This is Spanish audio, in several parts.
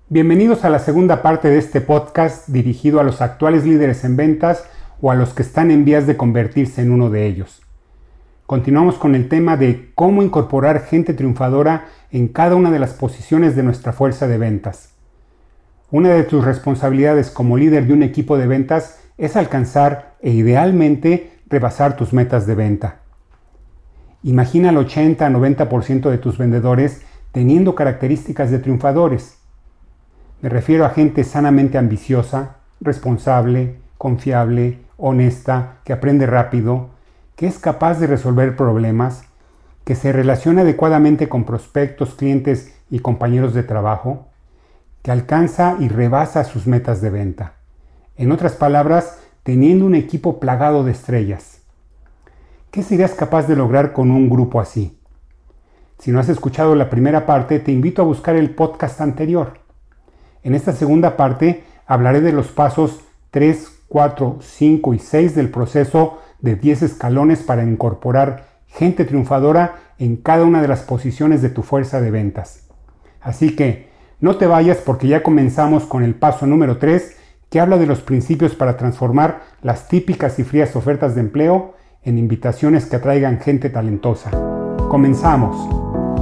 Bienvenidos a la segunda parte de este podcast dirigido a los actuales líderes en ventas o a los que están en vías de convertirse en uno de ellos. Continuamos con el tema de cómo incorporar gente triunfadora en cada una de las posiciones de nuestra fuerza de ventas. Una de tus responsabilidades como líder de un equipo de ventas es alcanzar e idealmente rebasar tus metas de venta. Imagina al 80-90% de tus vendedores teniendo características de triunfadores. Me refiero a gente sanamente ambiciosa, responsable, confiable, honesta, que aprende rápido, que es capaz de resolver problemas, que se relaciona adecuadamente con prospectos, clientes y compañeros de trabajo, que alcanza y rebasa sus metas de venta. En otras palabras, teniendo un equipo plagado de estrellas. ¿Qué serías capaz de lograr con un grupo así? Si no has escuchado la primera parte, te invito a buscar el podcast anterior. En esta segunda parte hablaré de los pasos 3, 4, 5 y 6 del proceso de 10 escalones para incorporar gente triunfadora en cada una de las posiciones de tu fuerza de ventas. Así que no te vayas porque ya comenzamos con el paso número 3, que habla de los principios para transformar las típicas y frías ofertas de empleo en invitaciones que atraigan gente talentosa. Comenzamos.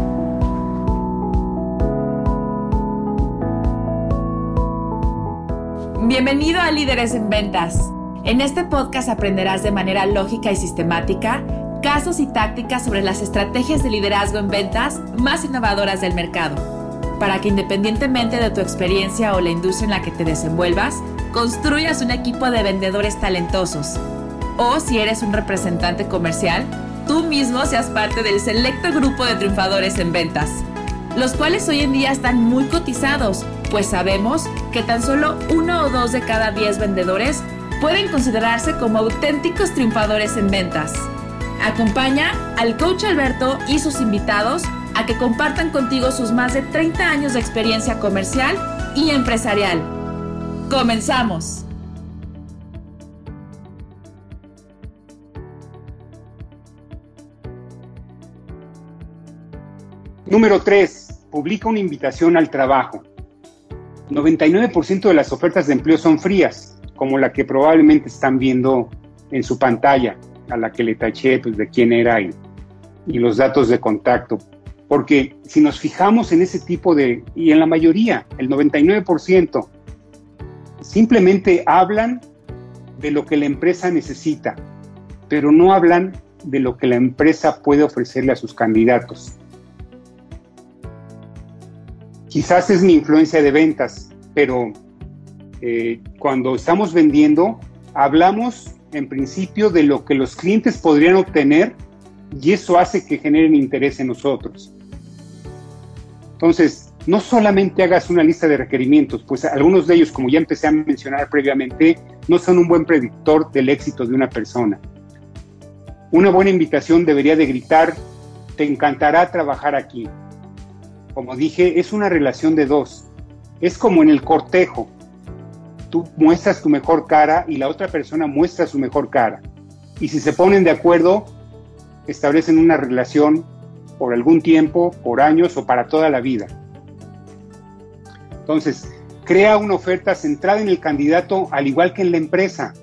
Bienvenido a Líderes en Ventas. En este podcast aprenderás de manera lógica y sistemática casos y tácticas sobre las estrategias de liderazgo en ventas más innovadoras del mercado, para que independientemente de tu experiencia o la industria en la que te desenvuelvas, construyas un equipo de vendedores talentosos. O si eres un representante comercial, tú mismo seas parte del selecto grupo de triunfadores en ventas, los cuales hoy en día están muy cotizados, pues sabemos que tan solo 1 o 2 de cada 10 vendedores pueden considerarse como auténticos triunfadores en ventas. Acompaña al coach Alberto y sus invitados a que compartan contigo sus más de 30 años de experiencia comercial y empresarial. ¡Comenzamos! Número 3. Publica una invitación al trabajo. 99% de las ofertas de empleo son frías, como la que probablemente están viendo en su pantalla, a la que le taché de quién era y los datos de contacto. Porque si nos fijamos en ese tipo y en la mayoría, el 99%, simplemente hablan de lo que la empresa necesita, pero no hablan de lo que la empresa puede ofrecerle a sus candidatos. Quizás es mi influencia de ventas, pero cuando estamos vendiendo, hablamos en principio de lo que los clientes podrían obtener y eso hace que generen interés en nosotros. Entonces, no solamente hagas una lista de requerimientos, pues algunos de ellos, como ya empecé a mencionar previamente, no son un buen predictor del éxito de una persona. Una buena invitación debería de gritar: te encantará trabajar aquí. Como dije, es una relación de dos. Es como en el cortejo. Tú muestras tu mejor cara y la otra persona muestra su mejor cara. Y si se ponen de acuerdo, establecen una relación por algún tiempo, por años o para toda la vida. Entonces, crea una oferta centrada en el candidato al igual que en la empresa.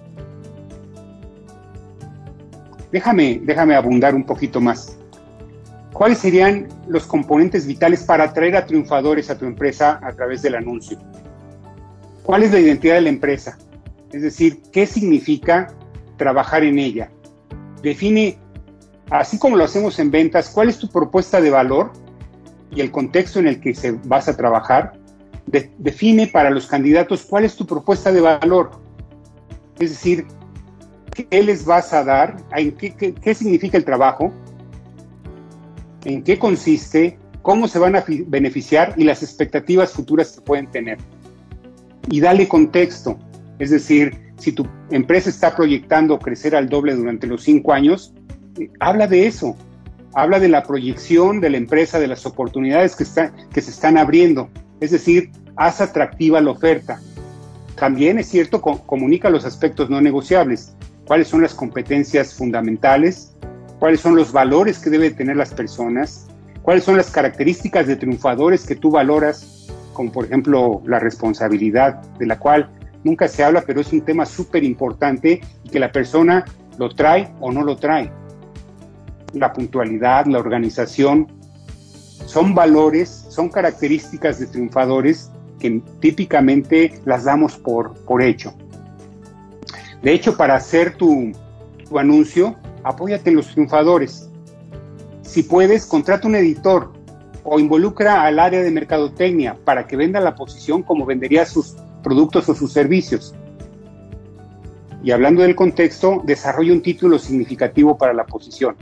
Déjame abundar un poquito más. ¿Cuáles serían los componentes vitales para atraer a triunfadores a tu empresa a través del anuncio? ¿Cuál es la identidad de la empresa? Es decir, ¿qué significa trabajar en ella? Define, así como lo hacemos en ventas, cuál es tu propuesta de valor y el contexto en el que vas a trabajar. Define para los candidatos cuál es tu propuesta de valor. Es decir, ¿qué les vas a dar? ¿Qué significa el trabajo? ¿En qué consiste? ¿Cómo se van a beneficiar? Y las expectativas futuras que pueden tener. Y dale contexto. Es decir, si tu empresa está proyectando crecer al doble durante los 5 años, habla de eso. Habla de la proyección de la empresa, de las oportunidades que se están abriendo. Es decir, haz atractiva la oferta. También es cierto, comunica los aspectos no negociables. ¿Cuáles son las competencias fundamentales? ¿Cuáles son los valores que deben tener las personas? ¿Cuáles son las características de triunfadores que tú valoras como por ejemplo la responsabilidad, de la cual nunca se habla, pero es un tema súper importante y que la persona lo trae o no lo trae. La puntualidad, la organización, son valores, son características de triunfadores que típicamente las damos por hecho. De hecho, para hacer tu anuncio, apóyate en los triunfadores. Si puedes, contrata un editor o involucra al área de mercadotecnia para que venda la posición como vendería sus productos o sus servicios. Y hablando del contexto, desarrolla un título significativo para la posición.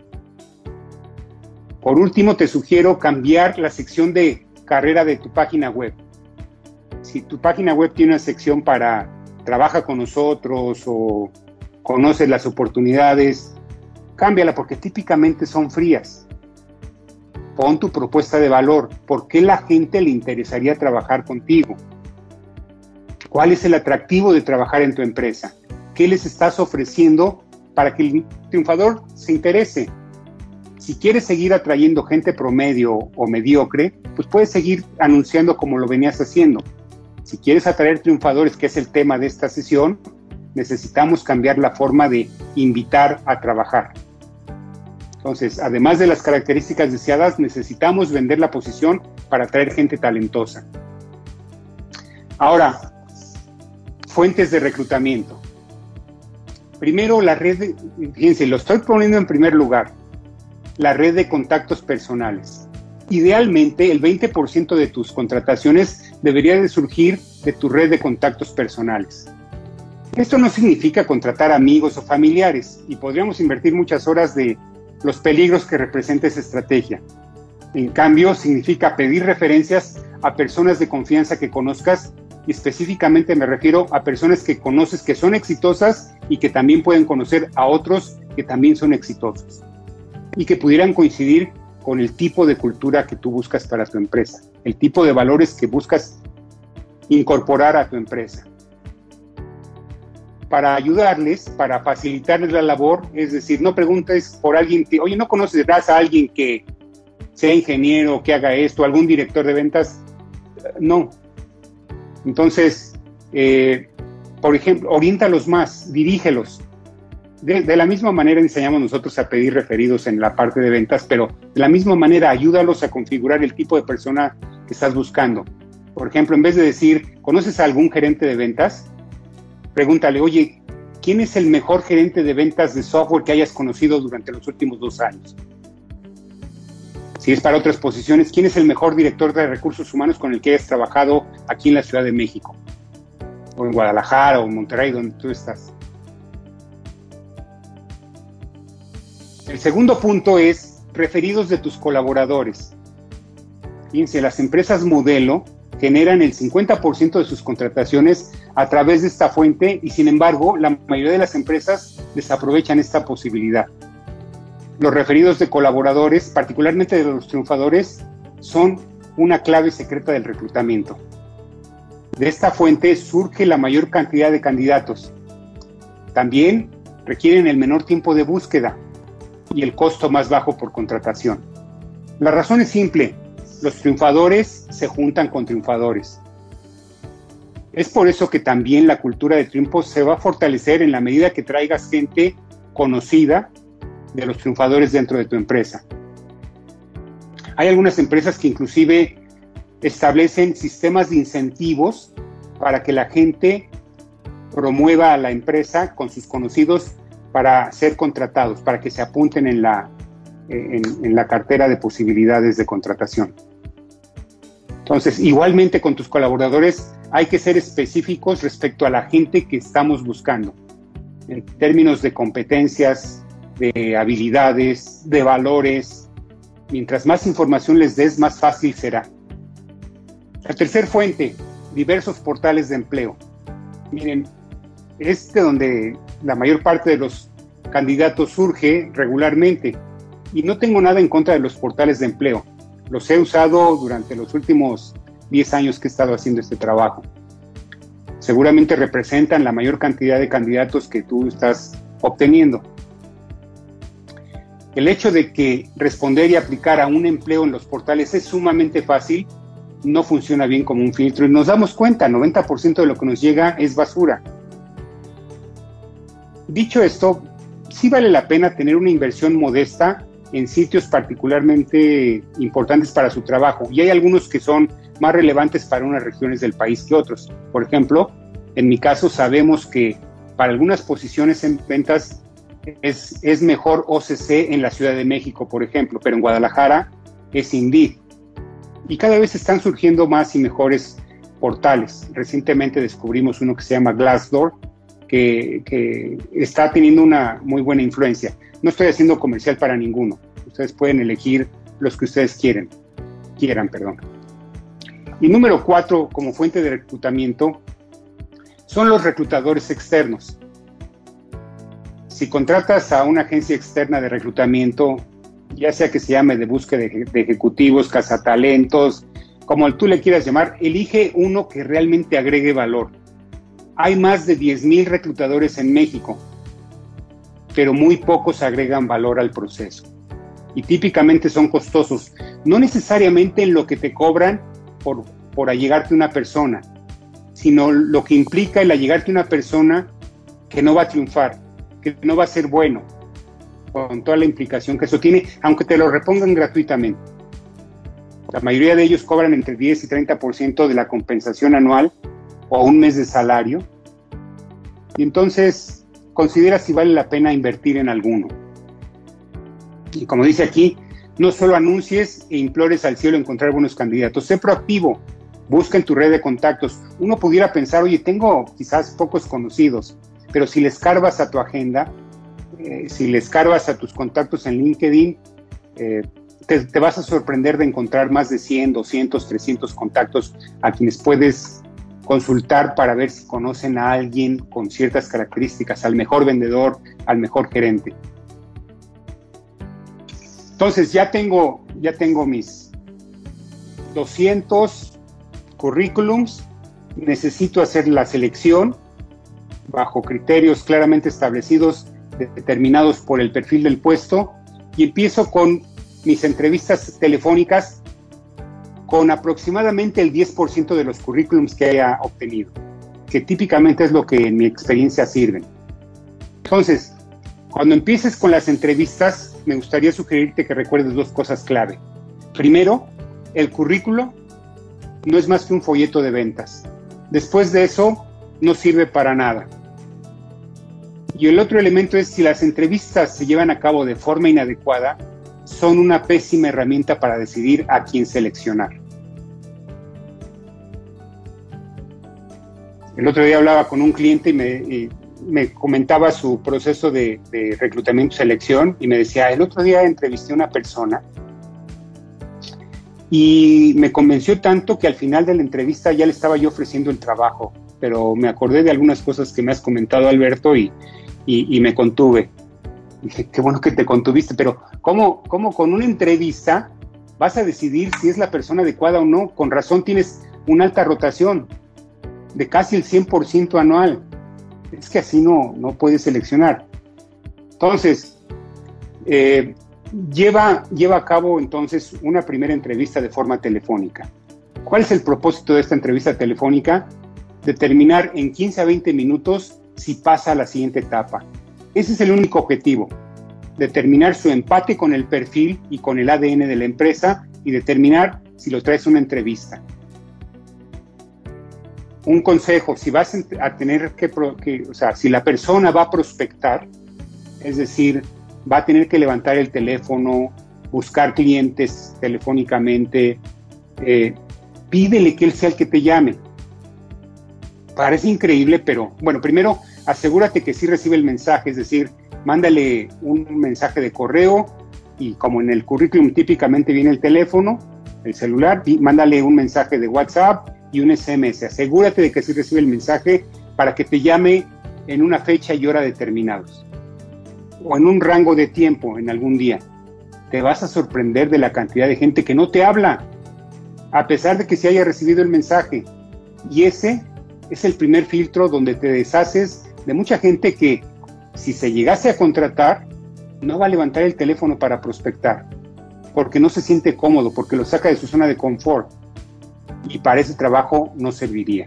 Por último, te sugiero cambiar la sección de carrera de tu página web. Si tu página web tiene una sección para trabaja con nosotros o conoce las oportunidades, cámbiala porque típicamente son frías. Pon tu propuesta de valor. ¿Por qué la gente le interesaría trabajar contigo? ¿Cuál es el atractivo de trabajar en tu empresa? ¿Qué les estás ofreciendo para que el triunfador se interese? Si quieres seguir atrayendo gente promedio o mediocre, pues puedes seguir anunciando como lo venías haciendo. Si quieres atraer triunfadores, que es el tema de esta sesión, necesitamos cambiar la forma de invitar a trabajar. Entonces, además de las características deseadas, necesitamos vender la posición para atraer gente talentosa. Ahora, fuentes de reclutamiento. Primero, la red fíjense, lo estoy poniendo en primer lugar, la red de contactos personales. Idealmente, el 20% de tus contrataciones debería de surgir de tu red de contactos personales. Esto no significa contratar amigos o familiares, y podríamos invertir muchas horas de los peligros que representa esa estrategia. En cambio, significa pedir referencias a personas de confianza que conozcas, y específicamente me refiero a personas que conoces que son exitosas y que también pueden conocer a otros que también son exitosos y que pudieran coincidir con el tipo de cultura que tú buscas para tu empresa, el tipo de valores que buscas incorporar a tu empresa. Para ayudarles, para facilitarles la labor, es decir, no preguntes por alguien que, oye, ¿no conoces a alguien que sea ingeniero, que haga esto, algún director de ventas? No. Entonces, por ejemplo, oriéntalos más, dirígelos. De la misma manera enseñamos nosotros a pedir referidos en la parte de ventas, pero de la misma manera ayúdalos a configurar el tipo de persona que estás buscando. Por ejemplo, en vez de decir, ¿conoces a algún gerente de ventas? Pregúntale, oye, ¿quién es el mejor gerente de ventas de software que hayas conocido durante los últimos 2 años? Si es para otras posiciones, ¿quién es el mejor director de recursos humanos con el que hayas trabajado aquí en la Ciudad de México? O en Guadalajara o en Monterrey, donde tú estás. El segundo punto es referidos de tus colaboradores. Fíjense, las empresas modelo generan el 50% de sus contrataciones a través de esta fuente y, sin embargo, la mayoría de las empresas desaprovechan esta posibilidad. Los referidos de colaboradores, particularmente de los triunfadores, son una clave secreta del reclutamiento. De esta fuente surge la mayor cantidad de candidatos. También requieren el menor tiempo de búsqueda y el costo más bajo por contratación. La razón es simple: los triunfadores se juntan con triunfadores. Es por eso que también la cultura de triunfo se va a fortalecer en la medida que traigas gente conocida de los triunfadores dentro de tu empresa. Hay algunas empresas que inclusive establecen sistemas de incentivos para que la gente promueva a la empresa con sus conocidos para ser contratados, para que se apunten en la cartera de posibilidades de contratación. Entonces, igualmente con tus colaboradores hay que ser específicos respecto a la gente que estamos buscando, en términos de competencias, de habilidades, de valores. Mientras más información les des, más fácil será. La tercera fuente, diversos portales de empleo. Miren, es de donde la mayor parte de los candidatos surge regularmente. Y no tengo nada en contra de los portales de empleo. Los he usado durante los últimos 10 años que he estado haciendo este trabajo. Seguramente representan la mayor cantidad de candidatos que tú estás obteniendo. El hecho de que responder y aplicar a un empleo en los portales es sumamente fácil no funciona bien como un filtro y nos damos cuenta, 90% de lo que nos llega es basura. Dicho esto, sí vale la pena tener una inversión modesta en sitios particularmente importantes para su trabajo, y hay algunos que son más relevantes para unas regiones del país que otros. Por ejemplo, en mi caso sabemos que para algunas posiciones en ventas es mejor OCC en la Ciudad de México, por ejemplo, pero en Guadalajara es Indeed. Y cada vez están surgiendo más y mejores portales. Recientemente descubrimos uno que se llama Glassdoor, que está teniendo una muy buena influencia. No estoy haciendo comercial para ninguno. Ustedes pueden elegir los que ustedes quieran. Y número 4, como fuente de reclutamiento, son los reclutadores externos. Si contratas a una agencia externa de reclutamiento, ya sea que se llame de búsqueda de ejecutivos, cazatalentos, como tú le quieras llamar, elige uno que realmente agregue valor. Hay más de 10,000 reclutadores en México, pero muy pocos agregan valor al proceso. Y típicamente son costosos, no necesariamente en lo que te cobran por allegarte una persona, sino lo que implica el allegarte una persona que no va a triunfar, que no va a ser bueno, con toda la implicación que eso tiene, aunque te lo repongan gratuitamente. La mayoría de ellos cobran entre 10 y 30% de la compensación anual o un mes de salario. Y entonces considera si vale la pena invertir en alguno. Y como dice aquí, no solo anuncies e implores al cielo encontrar buenos candidatos, sé proactivo, busca en tu red de contactos. Uno pudiera pensar, oye, tengo quizás pocos conocidos, pero si le escarbas a tu agenda, si le escarbas a tus contactos en LinkedIn, te vas a sorprender de encontrar más de 100, 200, 300 contactos a quienes puedes consultar para ver si conocen a alguien con ciertas características, al mejor vendedor, al mejor gerente. Entonces ya tengo mis 200 currículums, necesito hacer la selección bajo criterios claramente establecidos, determinados por el perfil del puesto, y empiezo con mis entrevistas telefónicas con aproximadamente el 10% de los currículums que haya obtenido, que típicamente es lo que en mi experiencia sirven. Entonces, cuando empieces con las entrevistas, me gustaría sugerirte que recuerdes 2 cosas clave. Primero, el currículo no es más que un folleto de ventas. Después de eso, no sirve para nada. Y el otro elemento es, si las entrevistas se llevan a cabo de forma inadecuada, son una pésima herramienta para decidir a quién seleccionar. El otro día hablaba con un cliente y me comentaba su proceso de reclutamiento y selección, y me decía, el otro día entrevisté a una persona y me convenció tanto que al final de la entrevista ya le estaba yo ofreciendo el trabajo, pero me acordé de algunas cosas que me has comentado, Alberto, y me contuve. Dije, qué bueno que te contuviste, pero ¿cómo con una entrevista vas a decidir si es la persona adecuada o no? Con razón tienes una alta rotación de casi el 100% anual. Es que así no puedes seleccionar. Entonces, lleva a cabo entonces una primera entrevista de forma telefónica. ¿Cuál es el propósito de esta entrevista telefónica? Determinar en 15 a 20 minutos si pasa a la siguiente etapa. Ese es el único objetivo, determinar su empate con el perfil y con el ADN de la empresa y determinar si lo traes a una entrevista. Un consejo, si vas a tener si la persona va a prospectar, es decir, va a tener que levantar el teléfono, buscar clientes telefónicamente, pídele que él sea el que te llame. Parece increíble, pero bueno, primero asegúrate que sí recibe el mensaje, es decir, mándale un mensaje de correo y como en el currículum típicamente viene el teléfono, el celular, y mándale un mensaje de WhatsApp y un SMS. Asegúrate de que sí recibe el mensaje para que te llame en una fecha y hora determinados o en un rango de tiempo en algún día. Te vas a sorprender de la cantidad de gente que no te habla, a pesar de que se haya recibido el mensaje. Y ese es el primer filtro donde te deshaces de mucha gente que, si se llegase a contratar, no va a levantar el teléfono para prospectar, porque no se siente cómodo, porque lo saca de su zona de confort. y para ese trabajo no serviría.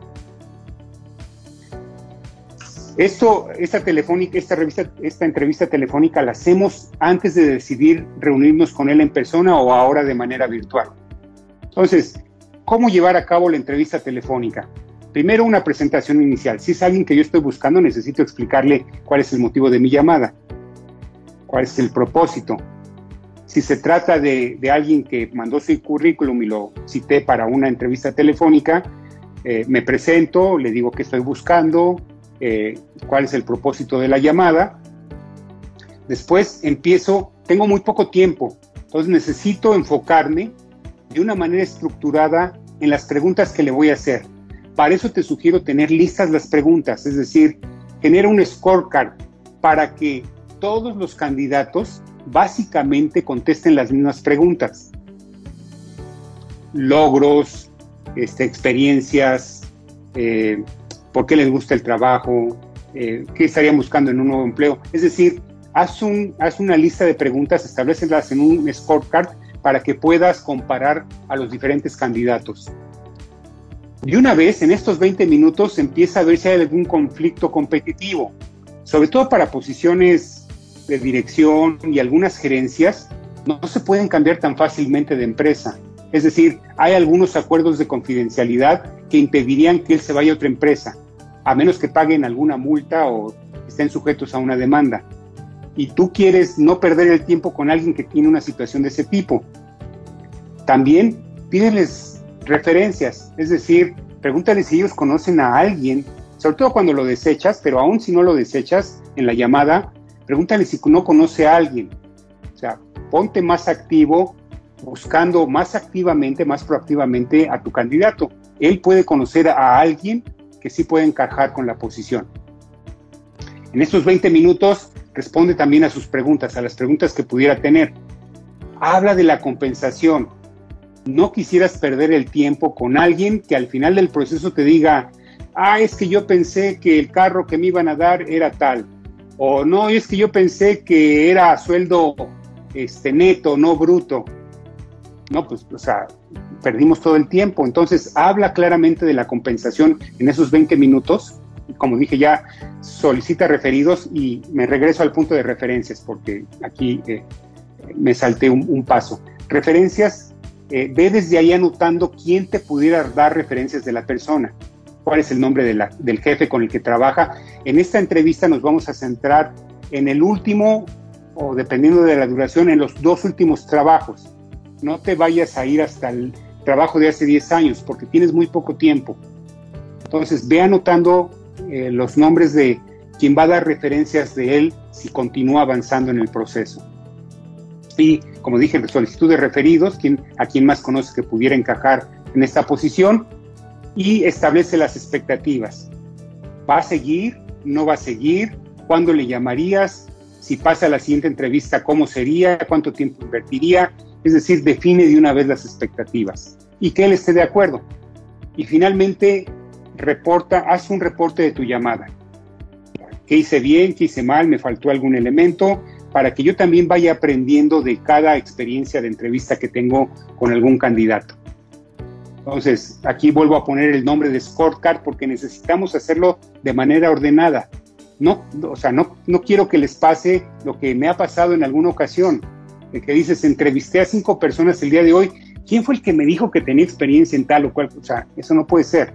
Esta entrevista telefónica la hacemos antes de decidir reunirnos con él en persona o ahora de manera virtual. Entonces, ¿cómo llevar a cabo la entrevista telefónica? Primero, una presentación inicial. Si es alguien que yo estoy buscando, necesito explicarle cuál es el motivo de mi llamada, cuál es el propósito. Si se trata de alguien que mandó su currículum y lo cité para una entrevista telefónica, me presento, le digo qué estoy buscando, cuál es el propósito de la llamada. Después tengo muy poco tiempo, entonces necesito enfocarme de una manera estructurada en las preguntas que le voy a hacer. Para eso te sugiero tener listas las preguntas, es decir, tener un scorecard para que todos los candidatos básicamente contesten las mismas preguntas. Logros, experiencias, por qué les gusta el trabajo, qué estarían buscando en un nuevo empleo. Es decir, haz una lista de preguntas, establécelas en un scorecard para que puedas comparar a los diferentes candidatos. De una vez, en estos 20 minutos, empieza a ver si hay algún conflicto competitivo, sobre todo para posiciones de dirección y algunas gerencias, no se pueden cambiar tan fácilmente de empresa. Es decir, hay algunos acuerdos de confidencialidad que impedirían que él se vaya a otra empresa, a menos que paguen alguna multa o estén sujetos a una demanda. Y tú quieres no perder el tiempo con alguien que tiene una situación de ese tipo. También pídeles referencias, es decir, pregúntales si ellos conocen a alguien, sobre todo cuando lo desechas, pero aún si no lo desechas en la llamada, pregúntale si no conoce a alguien. O sea, ponte más activo, buscando más activamente, más proactivamente a tu candidato. Él puede conocer a alguien que sí puede encajar con la posición. En estos 20 minutos, responde también a sus preguntas, a las preguntas que pudiera tener. Habla de la compensación. No quisieras perder el tiempo con alguien que al final del proceso te diga, es que yo pensé que el carro que me iban a dar era tal, o no, es que yo pensé que era sueldo neto, no bruto. No, pues, perdimos todo el tiempo. Entonces, habla claramente de la compensación en esos 20 minutos. Como dije, ya solicita referidos y me regreso al punto de referencias, porque aquí me salté un paso. Referencias. Ve desde ahí anotando quién te pudiera dar referencias de la persona, cuál es el nombre del jefe con el que trabaja. En esta entrevista nos vamos a centrar en el último, o dependiendo de la duración, en los 2 últimos trabajos. No te vayas a ir hasta el trabajo de hace 10 años, porque tienes muy poco tiempo. Entonces, ve anotando los nombres de quien va a dar referencias de él si continúa avanzando en el proceso. Y, como dije, solicitud de referidos, a quien más conoce que pudiera encajar en esta posición, y establece las expectativas. ¿Va a seguir? ¿No va a seguir? ¿Cuándo le llamarías? Si pasa a la siguiente entrevista, ¿cómo sería? ¿Cuánto tiempo invertiría? Es decir, define de una vez las expectativas y que él esté de acuerdo. Y finalmente, haz un reporte de tu llamada. ¿Qué hice bien? ¿Qué hice mal? ¿Me faltó algún elemento? Para que yo también vaya aprendiendo de cada experiencia de entrevista que tengo con algún candidato. Entonces, aquí vuelvo a poner el nombre de scorecard porque necesitamos hacerlo de manera ordenada. No quiero que les pase lo que me ha pasado en alguna ocasión, de que dices, entrevisté a 5 personas el día de hoy, ¿quién fue el que me dijo que tenía experiencia en tal o cual? Eso no puede ser,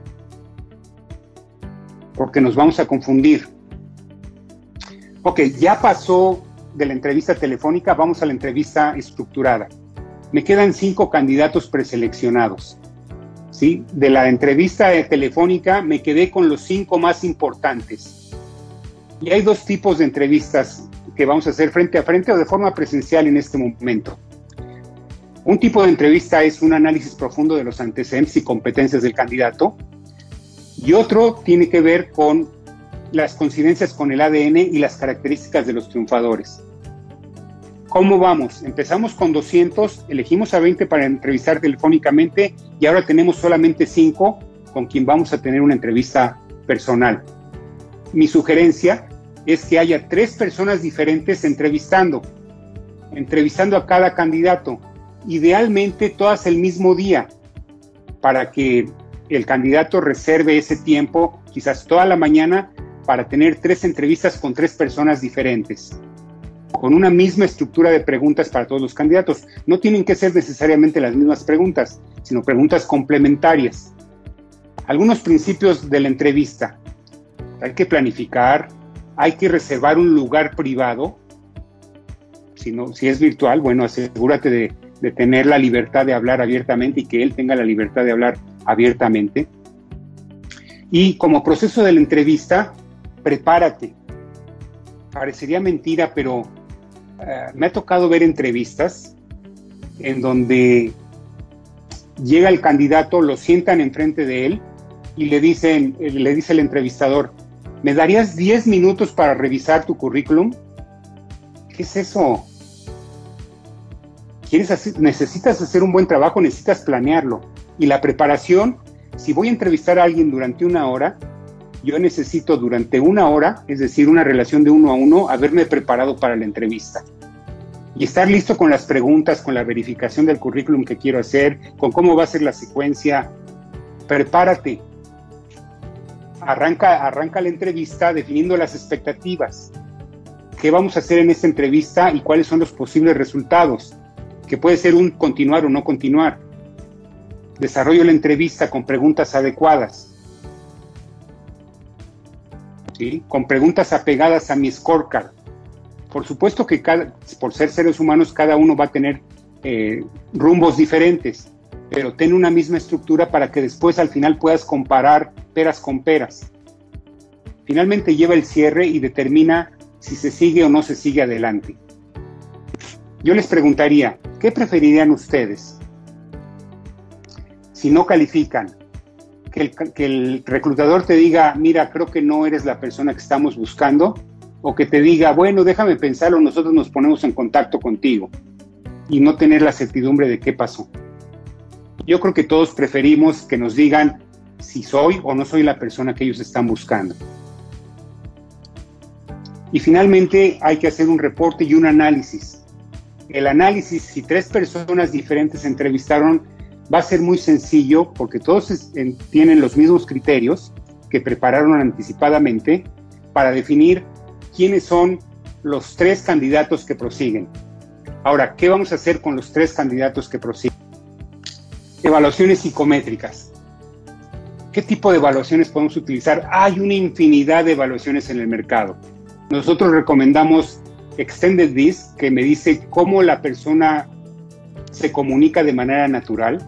porque nos vamos a confundir. Ok, ya pasó de la entrevista telefónica, vamos a la entrevista estructurada. Me quedan 5 candidatos preseleccionados. ¿Sí? De la entrevista telefónica me quedé con los 5 más importantes. Y hay 2 tipos de entrevistas que vamos a hacer frente a frente o de forma presencial en este momento. Un tipo de entrevista es un análisis profundo de los antecedentes y competencias del candidato, y otro tiene que ver con las coincidencias con el ADN y las características de los triunfadores. ¿Cómo vamos? Empezamos con 200, elegimos a 20 para entrevistar telefónicamente y ahora tenemos solamente 5 con quien vamos a tener una entrevista personal. Mi sugerencia es que haya 3 personas diferentes entrevistando a cada candidato, idealmente todas el mismo día. para que el candidato reserve ese tiempo, quizás toda la mañana, para tener 3 entrevistas con 3 personas diferentes, con una misma estructura de preguntas para todos los candidatos. No tienen que ser necesariamente las mismas preguntas, sino preguntas complementarias. Algunos principios de la entrevista: hay que planificar, hay que reservar un lugar privado. Si es virtual, bueno, asegúrate de tener la libertad de hablar abiertamente y que él tenga la libertad de hablar abiertamente. Y como proceso de la entrevista, prepárate. Parecería mentira, pero me ha tocado ver entrevistas en donde llega el candidato, lo sientan enfrente de él y le dice el entrevistador: ¿me darías 10 minutos para revisar tu currículum? ¿Qué es eso? Necesitas hacer un buen trabajo, necesitas planearlo. Y la preparación, si voy a entrevistar a alguien durante 1 hora, yo necesito durante 1 hora, es decir, una relación de 1 a 1, haberme preparado para la entrevista. Y estar listo con las preguntas, con la verificación del currículum que quiero hacer, con cómo va a ser la secuencia. Prepárate. Arranca la entrevista definiendo las expectativas. ¿Qué vamos a hacer en esta entrevista y cuáles son los posibles resultados? Que puede ser un continuar o no continuar. Desarrollo la entrevista con preguntas adecuadas, ¿sí? Con preguntas apegadas a mi scorecard. Por supuesto que por ser seres humanos, cada uno va a tener rumbos diferentes, pero ten una misma estructura para que después al final puedas comparar peras con peras. Finalmente lleva el cierre y determina si se sigue o no se sigue adelante. Yo les preguntaría, ¿qué preferirían ustedes? Si no califican, que el reclutador te diga: mira, creo que no eres la persona que estamos buscando, o que te diga: bueno, déjame pensarlo, nosotros nos ponemos en contacto contigo, y no tener la certidumbre de qué pasó. Yo creo que todos preferimos que nos digan si soy o no soy la persona que ellos están buscando. Y finalmente hay que hacer un reporte y un análisis. El análisis, si 3 personas diferentes se entrevistaron, va a ser muy sencillo porque todos tienen los mismos criterios que prepararon anticipadamente para definir quiénes son los 3 candidatos que prosiguen. Ahora, ¿qué vamos a hacer con los 3 candidatos que prosiguen? Evaluaciones psicométricas. ¿Qué tipo de evaluaciones podemos utilizar? Hay una infinidad de evaluaciones en el mercado. Nosotros recomendamos Extended DISC, que me dice cómo la persona se comunica de manera natural,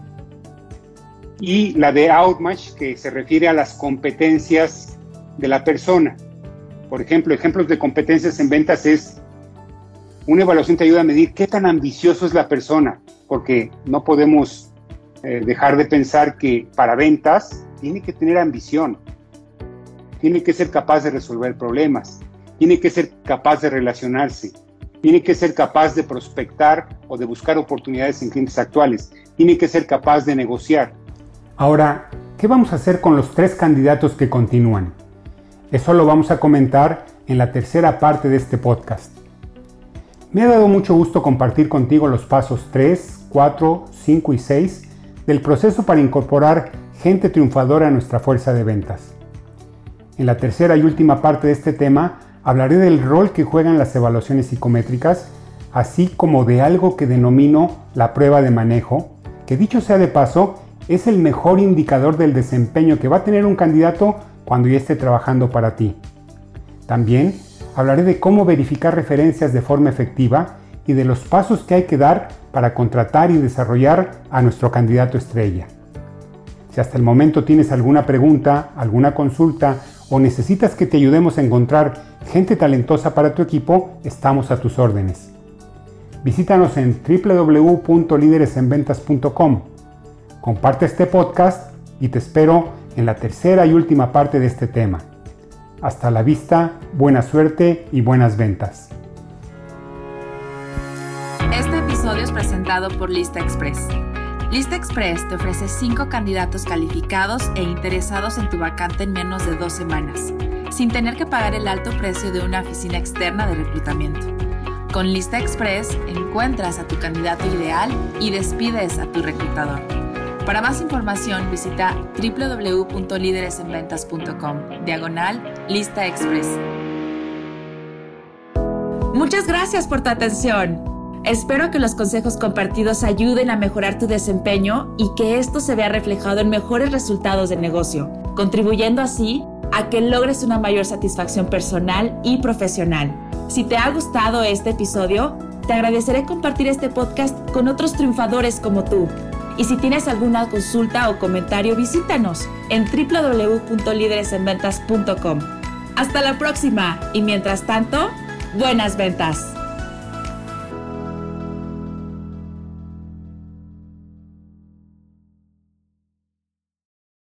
y la de Outmatch, que se refiere a las competencias de la persona. Por ejemplo, ejemplos de competencias en ventas es: una evaluación te ayuda a medir qué tan ambicioso es la persona, porque no podemos dejar de pensar que para ventas tiene que tener ambición, tiene que ser capaz de resolver problemas, tiene que ser capaz de relacionarse, tiene que ser capaz de prospectar o de buscar oportunidades en clientes actuales, tiene que ser capaz de negociar. Ahora, ¿qué vamos a hacer con los 3 candidatos que continúan? Eso lo vamos a comentar en la tercera parte de este podcast. Me ha dado mucho gusto compartir contigo los pasos 3, 4, 5 y 6 del proceso para incorporar gente triunfadora a nuestra fuerza de ventas. En la tercera y última parte de este tema, hablaré del rol que juegan las evaluaciones psicométricas, así como de algo que denomino la prueba de manejo, que dicho sea de paso, es el mejor indicador del desempeño que va a tener un candidato cuando ya esté trabajando para ti. También hablaré de cómo verificar referencias de forma efectiva y de los pasos que hay que dar para contratar y desarrollar a nuestro candidato estrella. Si hasta el momento tienes alguna pregunta, alguna consulta o necesitas que te ayudemos a encontrar gente talentosa para tu equipo, estamos a tus órdenes. Visítanos en www.lideresenventas.com. Comparte este podcast y te espero en la tercera y última parte de este tema. Hasta la vista, buena suerte y buenas ventas. Este episodio es presentado por Lista Express. Lista Express te ofrece 5 candidatos calificados e interesados en tu vacante en menos de 2 semanas, sin tener que pagar el alto precio de una oficina externa de reclutamiento. Con Lista Express encuentras a tu candidato ideal y despides a tu reclutador. Para más información visita www.lideresenventas.com/lista express. Muchas gracias por tu atención. Espero que los consejos compartidos ayuden a mejorar tu desempeño y que esto se vea reflejado en mejores resultados de negocio, contribuyendo así a que logres una mayor satisfacción personal y profesional. Si te ha gustado este episodio, te agradeceré compartir este podcast con otros triunfadores como tú. Y si tienes alguna consulta o comentario, visítanos en www.lideresenventas.com. Hasta la próxima y mientras tanto, buenas ventas.